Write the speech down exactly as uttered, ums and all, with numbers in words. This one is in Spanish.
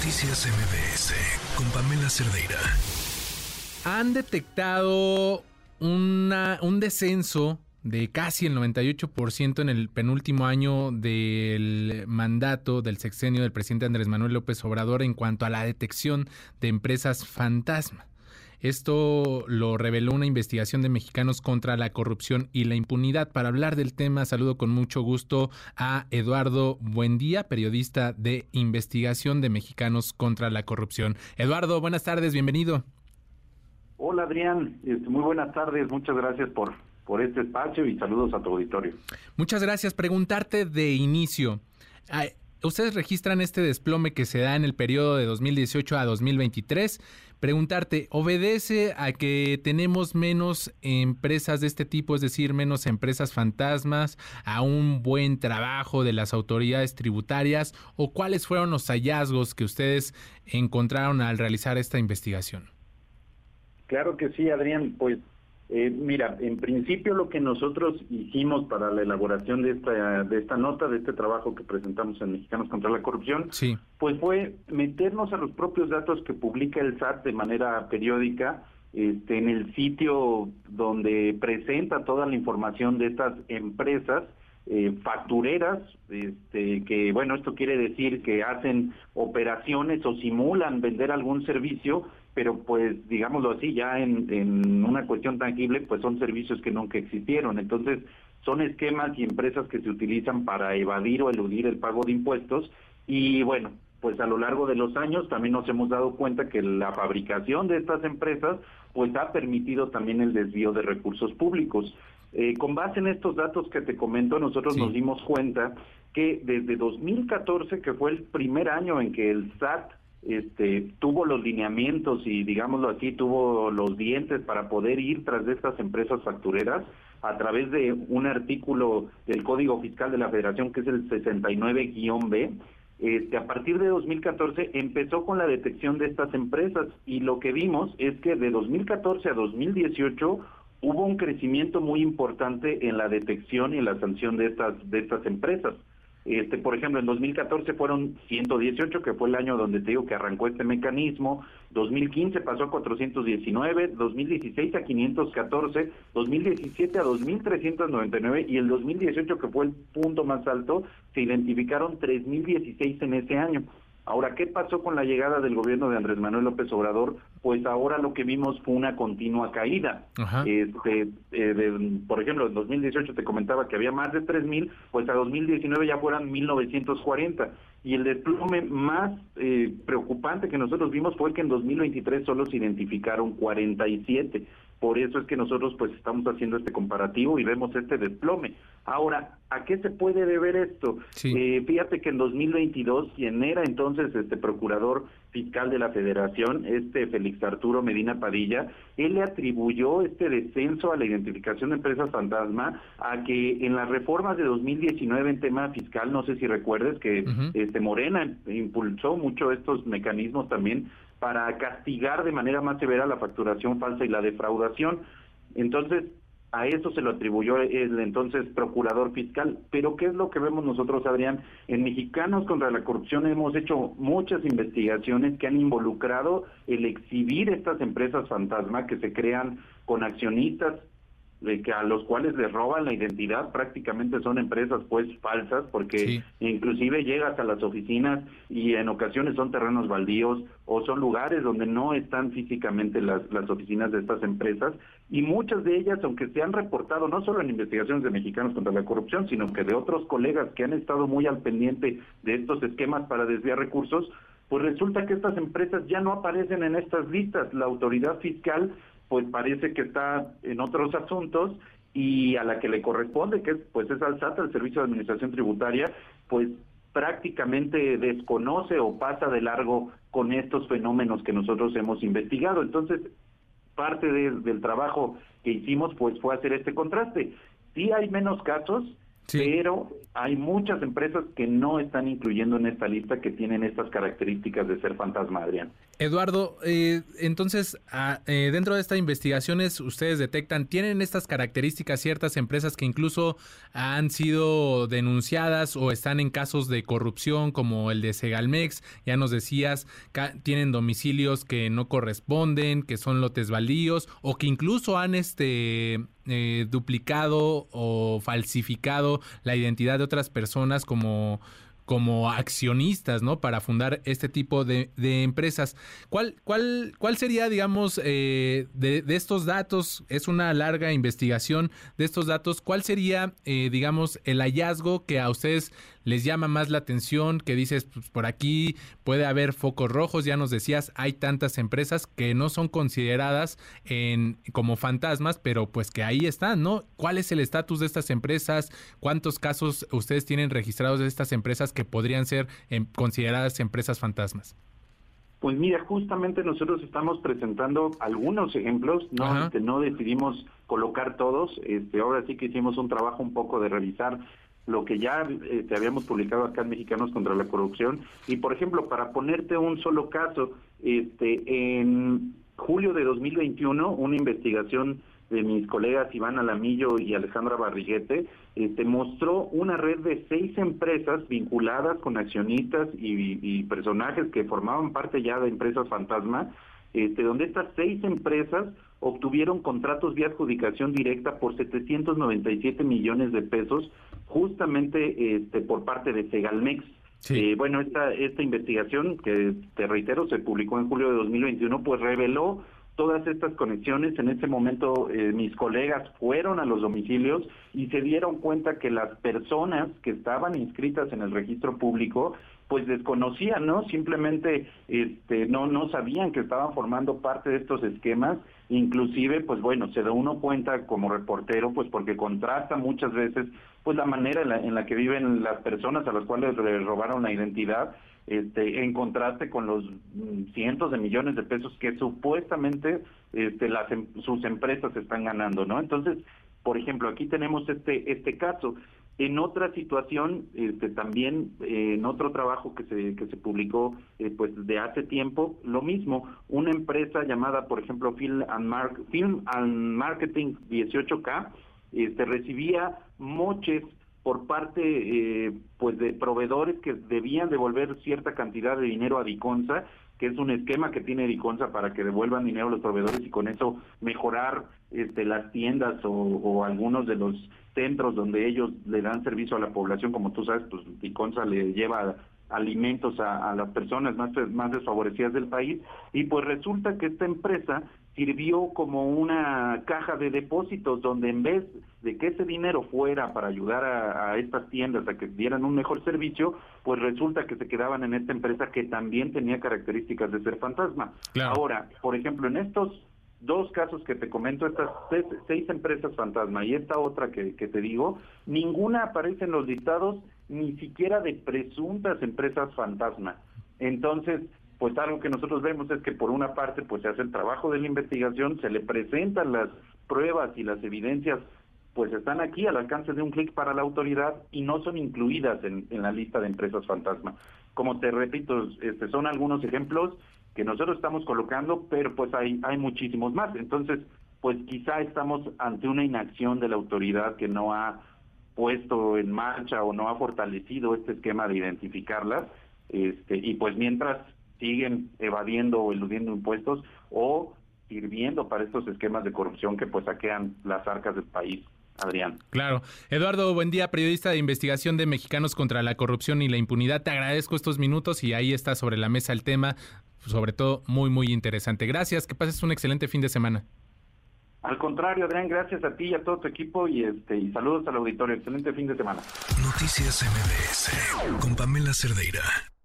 Noticias M B S con Pamela Cerdeira. Han detectado una, un descenso de casi el noventa y ocho por ciento en el penúltimo año del mandato del sexenio del presidente Andrés Manuel López Obrador en cuanto a la detección de empresas fantasma. Esto lo reveló una investigación de Mexicanos contra la Corrupción y la Impunidad. Para hablar del tema, saludo con mucho gusto a Eduardo Buendía, periodista de investigación de Mexicanos contra la Corrupción. Eduardo, buenas tardes, bienvenido. Hola Adrián, muy buenas tardes, muchas gracias por, por este espacio y saludos a tu auditorio. Muchas gracias. Preguntarte de inicio, ustedes registran este desplome que se da en el periodo de dos mil dieciocho a dos mil veintitrés. Preguntarte, ¿obedece a que tenemos menos empresas de este tipo, es decir, menos empresas fantasmas, a un buen trabajo de las autoridades tributarias, o cuáles fueron los hallazgos que ustedes encontraron al realizar esta investigación? Claro que sí, Adrián, pues eh, mira, en principio lo que nosotros hicimos para la elaboración de esta de esta nota, de este trabajo que presentamos en Mexicanos contra la Corrupción, sí. pues fue meternos a los propios datos que publica el S A T de manera periódica, este, en el sitio donde presenta toda la información de estas empresas eh, factureras, este, que bueno, esto quiere decir que hacen operaciones o simulan vender algún servicio, pero pues digámoslo así, ya en, en una cuestión tangible, pues son servicios que nunca existieron. Entonces son esquemas y empresas que se utilizan para evadir o eludir el pago de impuestos. Y bueno, pues a lo largo de los años también nos hemos dado cuenta que la fabricación de estas empresas pues ha permitido también el desvío de recursos públicos. Eh, con base en estos datos que te comento, nosotros sí. nos dimos cuenta que desde dos mil catorce, que fue el primer año en que el S A T Este, tuvo los lineamientos y digámoslo así, tuvo los dientes para poder ir tras de estas empresas factureras a través de un artículo del Código Fiscal de la Federación que es el sesenta y nueve guión be. Este, a partir de dos mil catorce empezó con la detección de estas empresas y lo que vimos es que de dos mil catorce a dos mil dieciocho hubo un crecimiento muy importante en la detección y en la sanción de estas de estas empresas. Este, por ejemplo, en dos mil catorce fueron ciento dieciocho, que fue el año donde te digo que arrancó este mecanismo. dos mil quince pasó a cuatrocientos diecinueve, dos mil dieciséis a quinientos catorce, dos mil diecisiete a dos mil trescientos noventa y nueve y el dos mil dieciocho, que fue el punto más alto, se identificaron tres mil dieciséis en ese año. Ahora, ¿qué pasó con la llegada del gobierno de Andrés Manuel López Obrador? Pues ahora lo que vimos fue una continua caída. Este, eh, de, por ejemplo, en dos mil dieciocho te comentaba que había más de tres mil, pues a dos mil diecinueve ya fueran mil novecientos cuarenta. Y el desplome más eh, preocupante que nosotros vimos fue que en dos mil veintitrés solo se identificaron cuarenta y siete. Por eso es que nosotros pues estamos haciendo este comparativo y vemos este desplome. Ahora, ¿a qué se puede deber esto? Sí. Eh, fíjate que en dos mil veintidós, quien era entonces este procurador fiscal de la Federación, este Félix Arturo Medina Padilla, él le atribuyó este descenso a la identificación de empresas fantasma a que en las reformas de dos mil diecinueve en tema fiscal, no sé si recuerdes que uh-huh. este Morena impulsó mucho estos mecanismos también para castigar de manera más severa la facturación falsa y la defraudación. Entonces, a eso se lo atribuyó el entonces procurador fiscal. Pero ¿qué es lo que vemos nosotros, Adrián? En Mexicanos contra la Corrupción hemos hecho muchas investigaciones que han involucrado el exhibir estas empresas fantasma que se crean con accionistas de que a los cuales les roban la identidad, prácticamente son empresas pues falsas, porque sí. inclusive llegas a las oficinas y en ocasiones son terrenos baldíos o son lugares donde no están físicamente las, las oficinas de estas empresas, y muchas de ellas, aunque se han reportado no solo en investigaciones de Mexicanos contra la Corrupción, sino que de otros colegas que han estado muy al pendiente de estos esquemas para desviar recursos, pues resulta que estas empresas ya no aparecen en estas listas. La autoridad fiscal pues parece que está en otros asuntos y a la que le corresponde, que es, pues es al S A T, el Servicio de Administración Tributaria, pues prácticamente desconoce o pasa de largo con estos fenómenos que nosotros hemos investigado. Entonces, parte de, del trabajo que hicimos pues fue hacer este contraste. Sí hay menos casos, Sí. Pero hay muchas empresas que no están incluyendo en esta lista que tienen estas características de ser fantasma, Adrián. Eduardo, eh, entonces, a, eh, dentro de estas investigaciones, ustedes detectan, ¿tienen estas características ciertas empresas que incluso han sido denunciadas o están en casos de corrupción como el de Segalmex? Ya nos decías, ca- tienen domicilios que no corresponden, que son lotes baldíos o que incluso han este eh, duplicado o falsificado la identidad de otras personas como... como accionistas, ¿no? Para fundar este tipo de, de empresas. ¿Cuál, cuál, cuál sería, digamos, eh, de, de estos datos? Es una larga investigación de estos datos. ¿Cuál sería, eh, digamos, el hallazgo que a ustedes les llama más la atención? Que dices, pues por aquí puede haber focos rojos. Ya nos decías, hay tantas empresas que no son consideradas en, como fantasmas, pero pues que ahí están, ¿no? ¿Cuál es el estatus de estas empresas? ¿Cuántos casos ustedes tienen registrados de estas empresas que que podrían ser eh, consideradas empresas fantasmas? Pues mira, justamente nosotros estamos presentando algunos ejemplos, no este, no decidimos colocar todos, este, ahora sí que hicimos un trabajo un poco de revisar lo que ya eh, te habíamos publicado acá en Mexicanos contra la Corrupción, y por ejemplo, para ponerte un solo caso, este, en julio de dos mil veintiuno, una investigación de mis colegas Iván Alamillo y Alejandra Barriguete, este, mostró una red de seis empresas vinculadas con accionistas y, y personajes que formaban parte ya de empresas fantasma, este, donde estas seis empresas obtuvieron contratos vía adjudicación directa por setecientos noventa y siete millones de pesos, justamente este, por parte de Segalmex. Sí. Eh, bueno, esta, esta investigación, que te reitero, se publicó en julio de dos mil veintiuno, pues reveló todas estas conexiones. En ese momento eh, mis colegas fueron a los domicilios y se dieron cuenta que las personas que estaban inscritas en el registro público pues desconocían, ¿no? Simplemente este no no sabían que estaban formando parte de estos esquemas. Inclusive, pues bueno, se da uno cuenta como reportero, pues porque contrasta muchas veces pues la manera en la, en la que viven las personas a las cuales le robaron la identidad, este, en contraste con los mm, cientos de millones de pesos que supuestamente este, las sus empresas están ganando, ¿no? Entonces, por ejemplo, aquí tenemos este este caso. En otra situación, este, también eh, en otro trabajo que se que se publicó eh, pues de hace tiempo, lo mismo, una empresa llamada, por ejemplo, Film and, Mar Film and Marketing dieciocho K, este, recibía moches por parte eh, pues de proveedores que debían devolver cierta cantidad de dinero a Diconsa, que es un esquema que tiene Diconsa para que devuelvan dinero a los proveedores y con eso mejorar este, las tiendas o, o algunos de los centros donde ellos le dan servicio a la población. Como tú sabes, pues Diconsa le lleva alimentos a, a las personas más, más desfavorecidas del país, y pues resulta que esta empresa sirvió como una caja de depósitos donde en vez de que ese dinero fuera para ayudar a, a estas tiendas a que dieran un mejor servicio, pues resulta que se quedaban en esta empresa que también tenía características de ser fantasma. Claro. Ahora, por ejemplo, en estos dos casos que te comento, estas seis, seis empresas fantasma y esta otra que, que te digo, ninguna aparece en los listados ni siquiera de presuntas empresas fantasma. Entonces, pues algo que nosotros vemos es que por una parte pues se hace el trabajo de la investigación, se le presentan las pruebas y las evidencias, pues están aquí al alcance de un clic para la autoridad y no son incluidas en, en la lista de empresas fantasma. Como te repito, este, son algunos ejemplos que nosotros estamos colocando, pero pues hay, hay muchísimos más. Entonces, pues quizá estamos ante una inacción de la autoridad que no ha puesto en marcha o no ha fortalecido este esquema de identificarlas, este, y pues mientras siguen evadiendo o eludiendo impuestos o sirviendo para estos esquemas de corrupción que pues saquean las arcas del país. Adrián. Claro. Eduardo, buen día, periodista de investigación de Mexicanos contra la Corrupción y la Impunidad. Te agradezco estos minutos y ahí está sobre la mesa el tema, sobre todo muy, muy interesante. Gracias, que pases un excelente fin de semana. Al contrario, Adrián, gracias a ti y a todo tu equipo y este y saludos al auditorio. Excelente fin de semana. Noticias M B S con Pamela Cerdeira.